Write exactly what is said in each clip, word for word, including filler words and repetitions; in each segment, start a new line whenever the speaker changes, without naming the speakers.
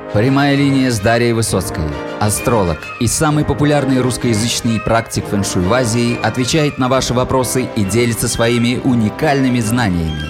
Прямая линия с Дарьей Высоцкой, астролог и самый популярный русскоязычный практик фэн-шуй в Азии, отвечает на ваши вопросы и делится своими уникальными знаниями.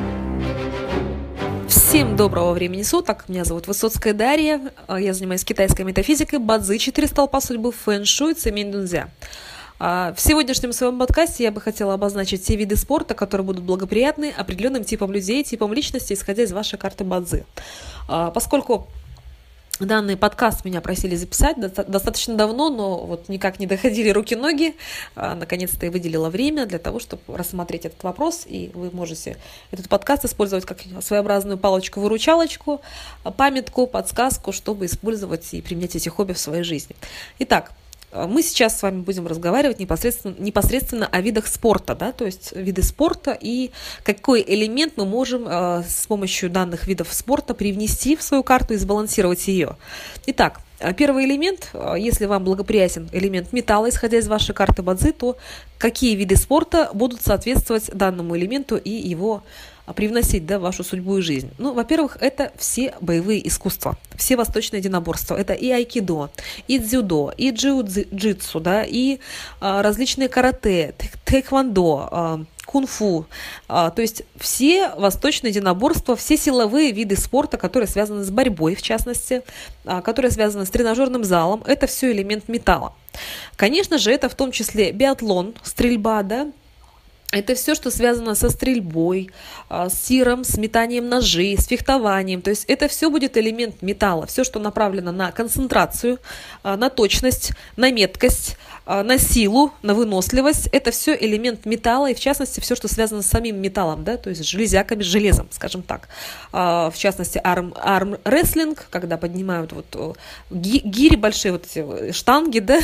Всем доброго времени суток, меня зовут Высоцкая Дарья, я занимаюсь китайской метафизикой, бадзи, четыре столпа судьбы, фэн-шуй, цемень дунзя. В сегодняшнем своем подкасте я бы хотела обозначить те виды спорта, которые будут благоприятны определенным типам людей, типам личности, исходя из вашей карты бадзи. Поскольку данный подкаст меня просили записать достаточно давно, но вот никак не доходили руки-ноги. Наконец-то я выделила время для того, чтобы рассмотреть этот вопрос, и вы можете этот подкаст использовать как своеобразную палочку-выручалочку, памятку, подсказку, чтобы использовать и применять эти хобби в своей жизни. Итак, мы сейчас с вами будем разговаривать непосредственно, непосредственно о видах спорта, да, то есть виды спорта и какой элемент мы можем э, с помощью данных видов спорта привнести в свою карту и сбалансировать ее. Итак, первый элемент, если вам благоприятен элемент металла, исходя из вашей карты бадзи, то какие виды спорта будут соответствовать данному элементу и его привносить, да, в вашу судьбу и жизнь? Ну, во-первых, это все боевые искусства, все восточные единоборства. Это и айкидо, и дзюдо, и джиу-джитсу, да, и а, различные карате, тэквондо, а, кунг-фу. А, то есть все восточные единоборства, все силовые виды спорта, которые связаны с борьбой, в частности, а, которые связаны с тренажерным залом, это все элемент металла. Конечно же, это в том числе биатлон, стрельба, да. Это все, что связано со стрельбой, с тиром, с метанием ножей, с фехтованием. То есть это все будет элемент металла. Все, что направлено на концентрацию, на точность, на меткость, на силу, на выносливость. Это все элемент металла. И в частности, все, что связано с самим металлом, да, то есть с железяками, с железом, скажем так. В частности, арм, арм-рестлинг, когда поднимают вот гири большие, вот эти штанги, да,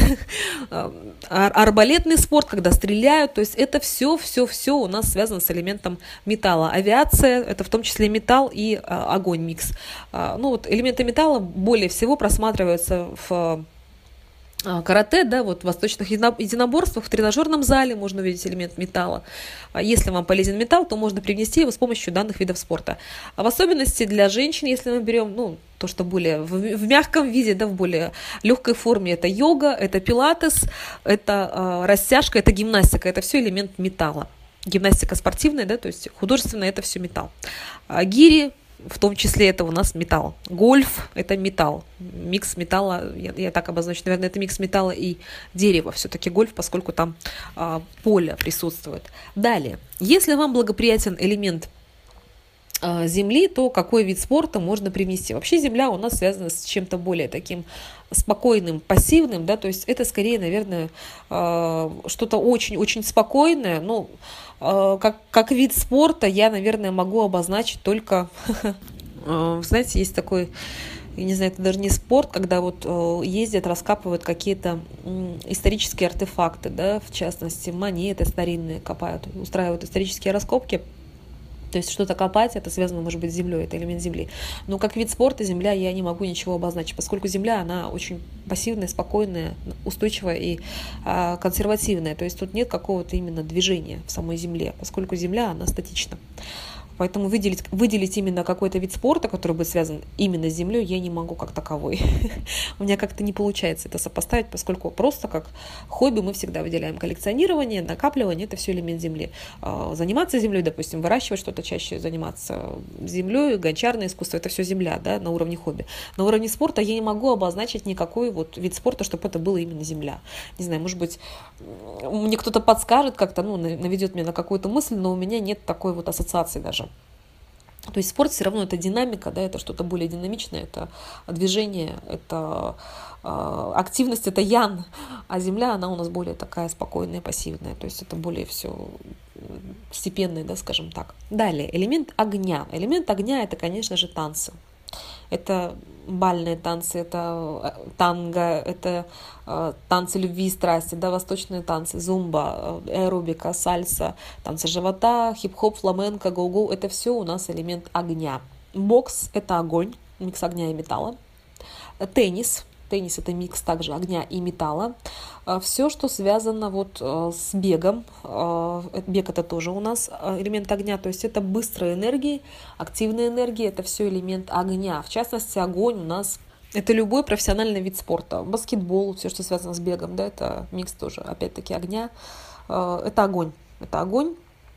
арбалетный спорт, когда стреляют. То есть это все, все Все-все у нас связано с элементом металла. Авиация – это в том числе металл и а, огонь, микс. А, ну вот элементы металла более всего просматриваются в карате, да, вот в восточных единоборствах, в тренажерном зале можно увидеть элемент металла. Если вам полезен металл, то можно привнести его с помощью данных видов спорта. А в особенности для женщин, если мы берем, ну, то, что более в, в мягком виде, да, в более легкой форме, это йога, это пилатес, это э, растяжка, это гимнастика, это все элемент металла. Гимнастика спортивная, да, то есть художественная, это все металл. А гири, в том числе это у нас металл. Гольф – это металл. Микс металла, я, я так обозначу, наверное, это микс металла и дерева. Все-таки гольф, поскольку там а, поле присутствует. Далее, если вам благоприятен элемент а, земли, то какой вид спорта можно привнести? Вообще земля у нас связана с чем-то более таким спокойным, пассивным, да, то есть это скорее, наверное, а, что-то очень-очень спокойное, но Как, как вид спорта я, наверное, могу обозначить только, знаете, есть такой, я не знаю, это даже не спорт, когда вот ездят, раскапывают какие-то исторические артефакты, да, в частности, монеты старинные копают, устраивают исторические раскопки. То есть что-то копать, это связано, может быть, с землей, это элемент земли. Но как вид спорта земля я не могу ничего обозначить, поскольку земля, она очень пассивная, спокойная, устойчивая и а, консервативная. То есть тут нет какого-то именно движения в самой земле, поскольку земля, она статична. Поэтому выделить, выделить именно какой-то вид спорта, который будет связан именно с землей, я не могу как таковой. У меня как-то не получается это сопоставить, поскольку просто как хобби мы всегда выделяем коллекционирование, накапливание, это все элемент земли. Заниматься землей, допустим, выращивать что-то чаще, заниматься землей, гончарное искусство, это все земля, да, на уровне хобби. На уровне спорта я не могу обозначить никакой вот вид спорта, чтобы это было именно земля. Не знаю, может быть, мне кто-то подскажет как-то, ну, наведет меня на какую-то мысль, но у меня нет такой вот ассоциации даже. То есть спорт все равно это динамика, да, это что-то более динамичное, это движение, это э, активность, это ян, а земля, она у нас более такая спокойная, пассивная, то есть это более все степенное, да, скажем так. Далее, элемент огня. Элемент огня – это, конечно же, танцы. Это бальные танцы, это танго, это э, танцы любви и страсти, да, восточные танцы, зумба, аэробика, сальса, танцы живота, хип-хоп, фламенко, гоу-гоу. Это все у нас элемент огня. Бокс – это огонь, микс огня и металла. Теннис. Теннис – это микс также огня и металла. Все, что связано вот с бегом, бег – это тоже у нас элемент огня, то есть это быстрая энергия, активная энергия – это все элемент огня. В частности, огонь у нас Это любой профессиональный вид спорта. Баскетбол, все, что связано с бегом, да, это микс тоже, опять-таки, огня. Это огонь. Это огонь.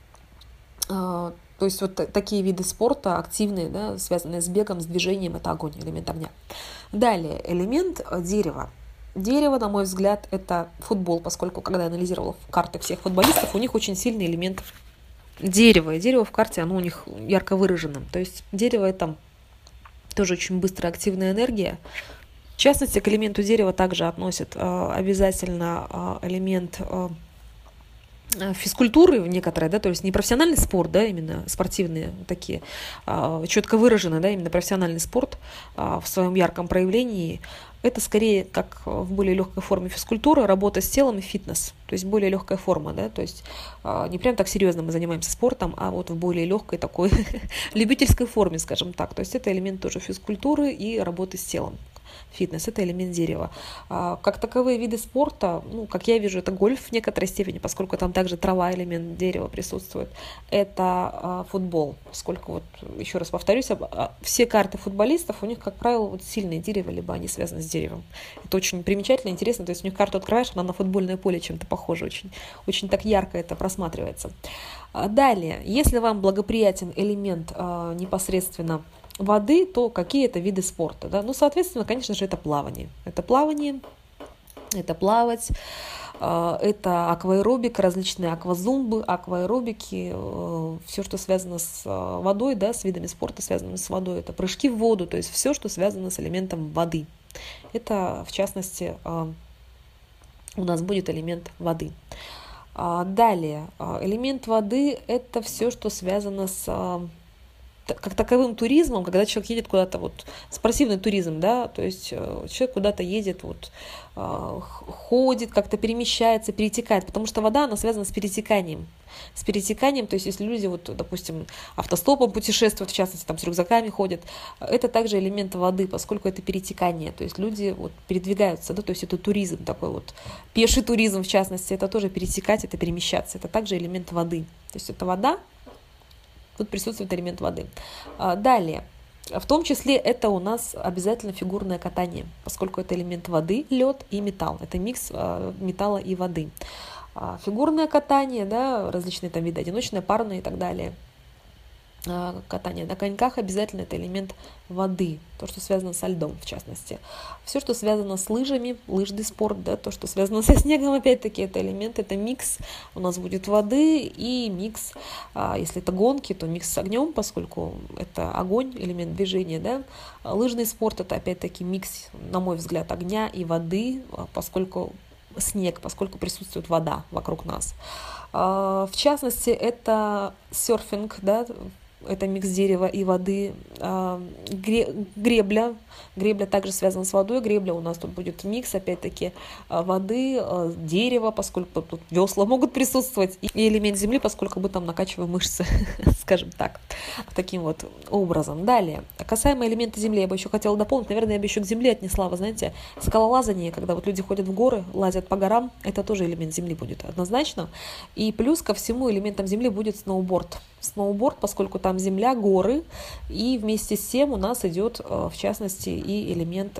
То есть вот такие виды спорта активные, да, связанные с бегом, с движением, это огонь, элемент огня. Далее, элемент дерева. Дерево, на мой взгляд, это футбол, поскольку, когда я анализировала карты всех футболистов, у них очень сильный элемент дерева. И дерево в карте, оно у них ярко выражено. То есть дерево – это тоже очень быстрая активная энергия. В частности, к элементу дерева также относят обязательно элемент физкультуры некоторые, да, то есть не профессиональный спорт, да, именно спортивные такие, четко выраженный, да, именно профессиональный спорт в своем ярком проявлении. Это скорее как в более легкой форме физкультура, работа с телом и фитнес, то есть более легкая форма, да, то есть не прям так серьезно мы занимаемся спортом, а вот в более легкой такой любительской форме, скажем так, то есть это элемент тоже физкультуры и работы с телом. Фитнес – это элемент дерева. Как таковые виды спорта, ну, как я вижу, это гольф в некоторой степени, поскольку там также трава, элемент дерева присутствует. Это футбол, поскольку, вот, еще раз повторюсь, все карты футболистов, у них, как правило, вот сильное дерево, либо они связаны с деревом. Это очень примечательно, интересно, то есть у них карту открываешь, она на футбольное поле чем-то похожа, очень, очень так ярко это просматривается. Далее, если вам благоприятен элемент непосредственно воды, то какие это виды спорта, да? Ну, соответственно, конечно же, это плавание. Это плавание, это плавать, это акваэробика, различные аквазумбы, акваэробики, все, что связано с водой, да, с видами спорта, связанными с водой, это прыжки в воду, то есть все, что связано с элементом воды. Это, в частности, у нас будет элемент воды. Далее, элемент воды – это все, что связано с как таковым туризмом, когда человек едет куда-то, вот спортивный туризм, да, то есть человек куда-то едет, вот, ходит, как-то перемещается, перетекает, потому что вода, она связана с перетеканием, с перетеканием, то есть если люди, вот, допустим, автостопом путешествуют, в частности, там с рюкзаками ходят, это также элемент воды, поскольку это перетекание, то есть люди вот передвигаются, да, то есть это туризм такой вот, пеший туризм, в частности, это тоже перетекать, это перемещаться, это также элемент воды, то есть это вода. Тут присутствует элемент воды. Далее, в том числе это у нас обязательно фигурное катание, поскольку это элемент воды, лед и металл. Это микс металла и воды. Фигурное катание, да, различные там виды, одиночное, парное и так далее. Катание на коньках обязательно это элемент воды, то, что связано со льдом, в частности. Все, что связано с лыжами, лыжный спорт, да, то, что связано со снегом, опять-таки, это элемент, это микс. У нас будет воды и микс, если это гонки, то микс с огнем, поскольку это огонь, элемент движения, да. Лыжный спорт это опять-таки микс, на мой взгляд, огня и воды, поскольку снег, поскольку присутствует вода вокруг нас. В частности, это серфинг, да, это микс дерева и воды, гребля, гребля также связана с водой, гребля у нас тут будет микс, опять-таки, воды, дерева, поскольку тут весла могут присутствовать, и элемент земли, поскольку мы там накачиваем мышцы, скажем так, таким вот образом. Далее, касаемо элемента земли, я бы еще хотела дополнить, наверное, я бы еще к земле отнесла, вы знаете, скалолазание, когда вот люди ходят в горы, лазят по горам, это тоже элемент земли будет однозначно, и плюс ко всему элементом земли будет сноуборд. Сноуборд, поскольку там земля, горы, и вместе с тем у нас идет, в частности, и элемент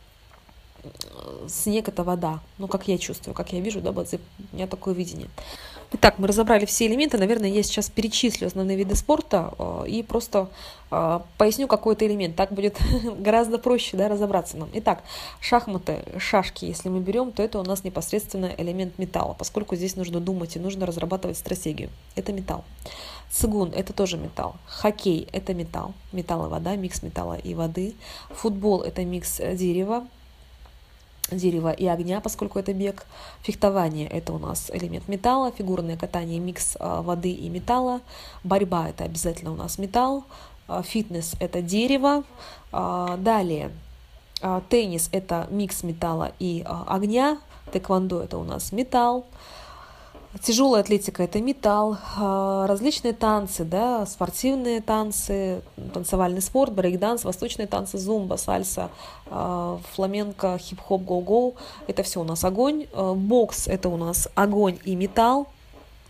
снег – это вода. Ну, как я чувствую, как я вижу, да, Бадзи, у меня такое видение. Итак, мы разобрали все элементы. Наверное, я сейчас перечислю основные виды спорта и просто поясню какой-то элемент. Так будет гораздо проще, да, разобраться нам. Итак, шахматы, шашки, если мы берем, то это у нас непосредственно элемент металла, поскольку здесь нужно думать и нужно разрабатывать стратегию. Это металл. Цигун – это тоже металл. Хоккей – это металл. Металл и вода, микс металла и воды. Футбол – это микс дерева. Дерева и огня, поскольку это бег. Фехтование – это у нас элемент металла. Фигурное катание – микс воды и металла. Борьба – это обязательно у нас металл. Фитнес – это дерево. Далее, теннис – это микс металла и огня. Тэквондо – это у нас металл. Тяжелая атлетика – это металл, различные танцы, да, спортивные танцы, танцевальный спорт, брейк-данс, восточные танцы, зумба, сальса, фламенко, хип-хоп, гоу-гоу – это все у нас огонь. Бокс – это у нас огонь и металл.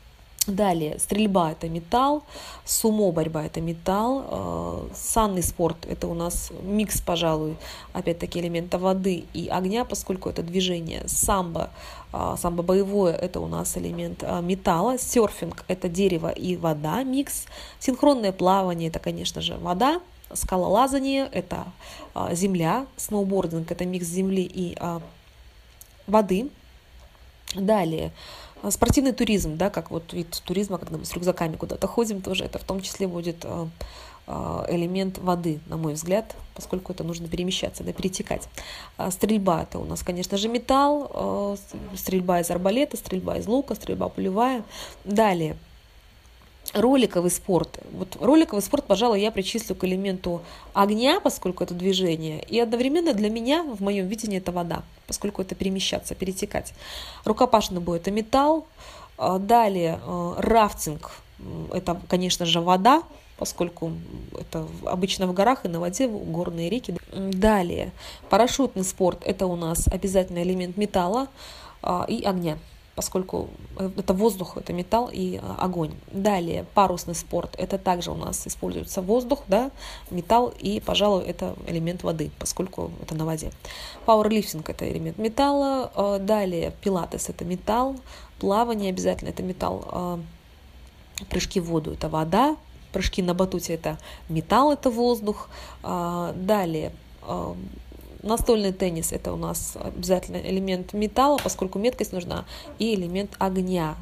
Далее, стрельба – это металл, сумо борьба – это металл, санный спорт – это у нас микс, пожалуй, опять-таки элемента воды и огня, поскольку это движение. Самбо, самбо боевое – это у нас элемент металла, серфинг – это дерево и вода, микс, синхронное плавание – это, конечно же, вода, скалолазание – это земля, сноубординг – это микс земли и воды. Далее, спортивный туризм, да, как вот вид туризма, когда мы с рюкзаками куда-то ходим, тоже это в том числе будет элемент воды, на мой взгляд, поскольку это нужно перемещаться, да, перетекать. Стрельба – это у нас, конечно же, металл, стрельба из арбалета, стрельба из лука, стрельба полевая. Далее, роликовый спорт. Вот роликовый спорт, пожалуй, я причислю к элементу огня, поскольку это движение, и одновременно для меня, в моем видении, это вода, поскольку это перемещаться, перетекать. Рукопашный бой – это металл. Далее, рафтинг – это, конечно же, вода, поскольку это обычно в горах и на воде, горные реки. Далее, парашютный спорт – это у нас обязательно элемент металла и огня, поскольку это воздух, это металл и огонь. Далее, парусный спорт, это также у нас используется воздух, да, металл и, пожалуй, это элемент воды, поскольку это на воде. Пауэрлифтинг – это элемент металла. Далее, пилатес – это металл. Плавание обязательно – это металл. Прыжки в воду – это вода. Прыжки на батуте – это металл, это воздух. Далее, настольный теннис – это у нас обязательно элемент металла, поскольку меткость нужна, и элемент огня.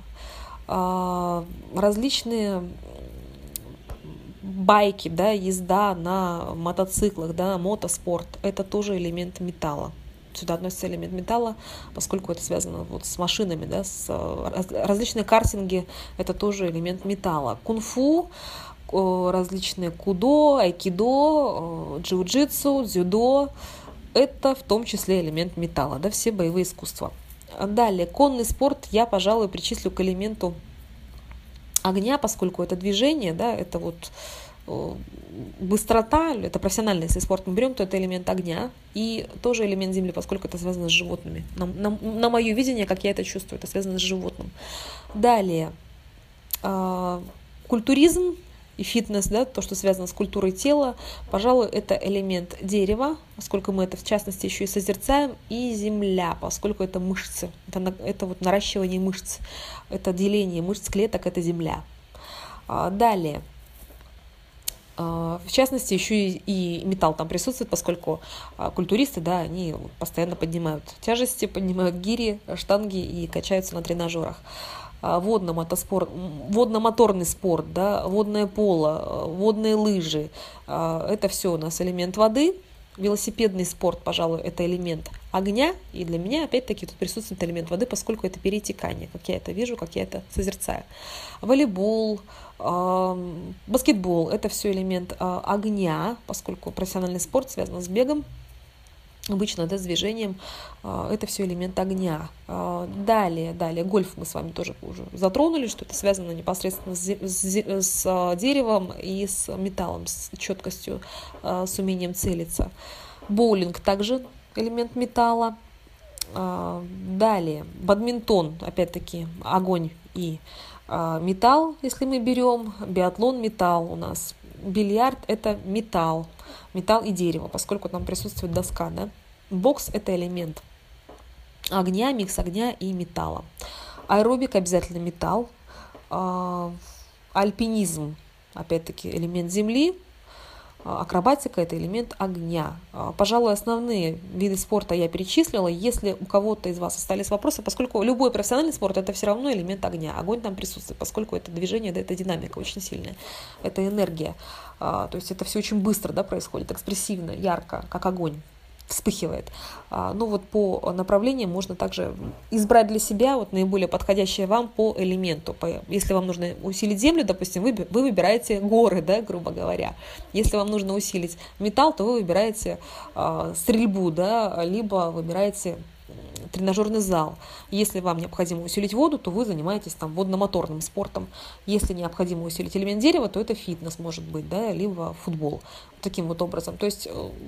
Различные байки, да, езда на мотоциклах, да, мотоспорт – это тоже элемент металла. Сюда относится элемент металла, поскольку это связано вот с машинами, да, с различные картинги – это тоже элемент металла. Кунг-фу, различные кудо, айкидо, джиу-джитсу, дзюдо – это в том числе элемент металла, да, все боевые искусства. Далее, конный спорт я, пожалуй, причислю к элементу огня, поскольку это движение, да, это вот быстрота, это профессиональный, если спорт мы берем, то это элемент огня и тоже элемент земли, поскольку это связано с животными. На, на, на мое видение, как я это чувствую, это связано с животным. Далее, э, культуризм и фитнес, да, то, что связано с культурой тела, пожалуй, это элемент дерева, поскольку мы это в частности еще и созерцаем, и земля, поскольку это мышцы, это, это вот наращивание мышц, это деление мышц, клеток, это земля. Далее, в частности, еще и, и металл там присутствует, поскольку культуристы, да, они постоянно поднимают тяжести, поднимают гири, штанги и качаются на тренажерах. Водно-мотоспорт, водно-моторный спорт, да, водное поло, водные лыжи, это все у нас элемент воды. Велосипедный спорт, пожалуй, это элемент огня, и для меня, опять-таки, тут присутствует элемент воды, поскольку это перетекание, как я это вижу, как я это созерцаю. Волейбол, э, баскетбол – это все элемент э, огня, поскольку профессиональный спорт связан с бегом, обычно, да, с движением, э, это все элемент огня. Э, далее, далее, гольф мы с вами тоже уже затронули, что это связано непосредственно с, с, с деревом и с металлом, с четкостью, э, с умением целиться. Боулинг также элемент металла. Э, далее, бадминтон, опять-таки, огонь и э, металл, если мы берем. Биатлон – металл у нас. Бильярд – это металл, металл и дерево, поскольку там присутствует доска, да. Бокс – это элемент огня, микс огня и металла. Аэробик – обязательно металл. Альпинизм – опять-таки элемент земли. Акробатика – это элемент огня. Пожалуй, основные виды спорта я перечислила. Если у кого-то из вас остались вопросы, поскольку любой профессиональный спорт – это все равно элемент огня. Огонь там присутствует, поскольку это движение, да, это динамика очень сильная, это энергия. То есть это все очень быстро, да, происходит, экспрессивно, ярко, как огонь вспыхивает. Ну вот по направлениям можно также избрать для себя вот наиболее подходящее вам по элементу. Если вам нужно усилить землю, допустим, вы, вы выбираете горы, да, грубо говоря. Если вам нужно усилить металл, то вы выбираете э, стрельбу, да, либо выбираете тренажерный зал. Если вам необходимо усилить воду, то вы занимаетесь там водно-моторным спортом. Если необходимо усилить элемент дерева, то это фитнес может быть, да, либо футбол. Таким вот образом. То есть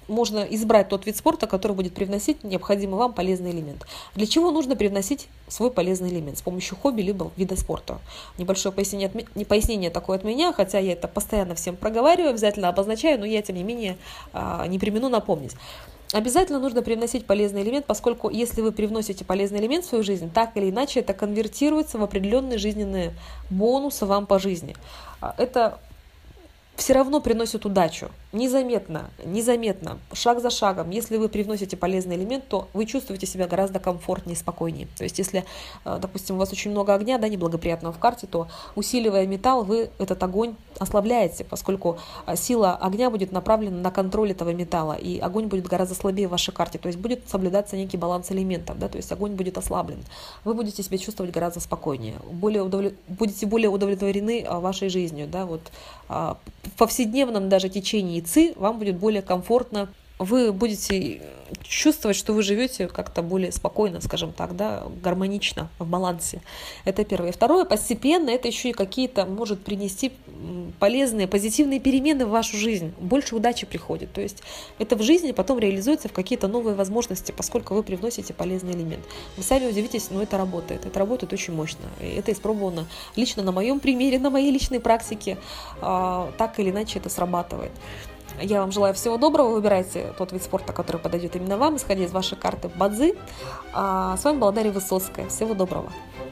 можно избрать тот вид спорта, который будет привносить необходимый вам полезный элемент. Для чего нужно привносить свой полезный элемент? С помощью хобби либо вида спорта. Небольшое пояснение, от, не пояснение такое от меня, хотя я это постоянно всем проговариваю, обязательно обозначаю, но я, тем не менее, не премину напомнить. Обязательно нужно привносить полезный элемент, поскольку если вы привносите полезный элемент в свою жизнь, так или иначе это конвертируется в определенные жизненные бонусы вам по жизни. Это все равно приносит удачу. Незаметно, незаметно, шаг за шагом. Если вы привносите полезный элемент, то вы чувствуете себя гораздо комфортнее и спокойнее. То есть, если, допустим, у вас очень много огня, да, неблагоприятного в карте, то, усиливая металл, вы этот огонь ослабляете, поскольку сила огня будет направлена на контроль этого металла, и огонь будет гораздо слабее в вашей карте. То есть, будет соблюдаться некий баланс элементов, да, то есть, огонь будет ослаблен. Вы будете себя чувствовать гораздо спокойнее, более удовлет... будете более удовлетворены вашей жизнью, да, вот. В повседневном даже течении ЦИ вам будет более комфортно, вы будете чувствовать, что вы живете как-то более спокойно, скажем так, да, гармонично, в балансе. Это первое. И второе, постепенно это еще и какие-то может принести полезные, позитивные перемены в вашу жизнь. Больше удачи приходит. То есть это в жизни потом реализуется в какие-то новые возможности, поскольку вы привносите полезный элемент. Вы сами удивитесь, но это работает. Это работает очень мощно. И это испробовано лично на моем примере, на моей личной практике. Так или иначе это срабатывает. Я вам желаю всего доброго. Выбирайте тот вид спорта, который подойдет именно вам, исходя из вашей карты Бадзи. А с вами была Дарья Высоцкая. Всего доброго.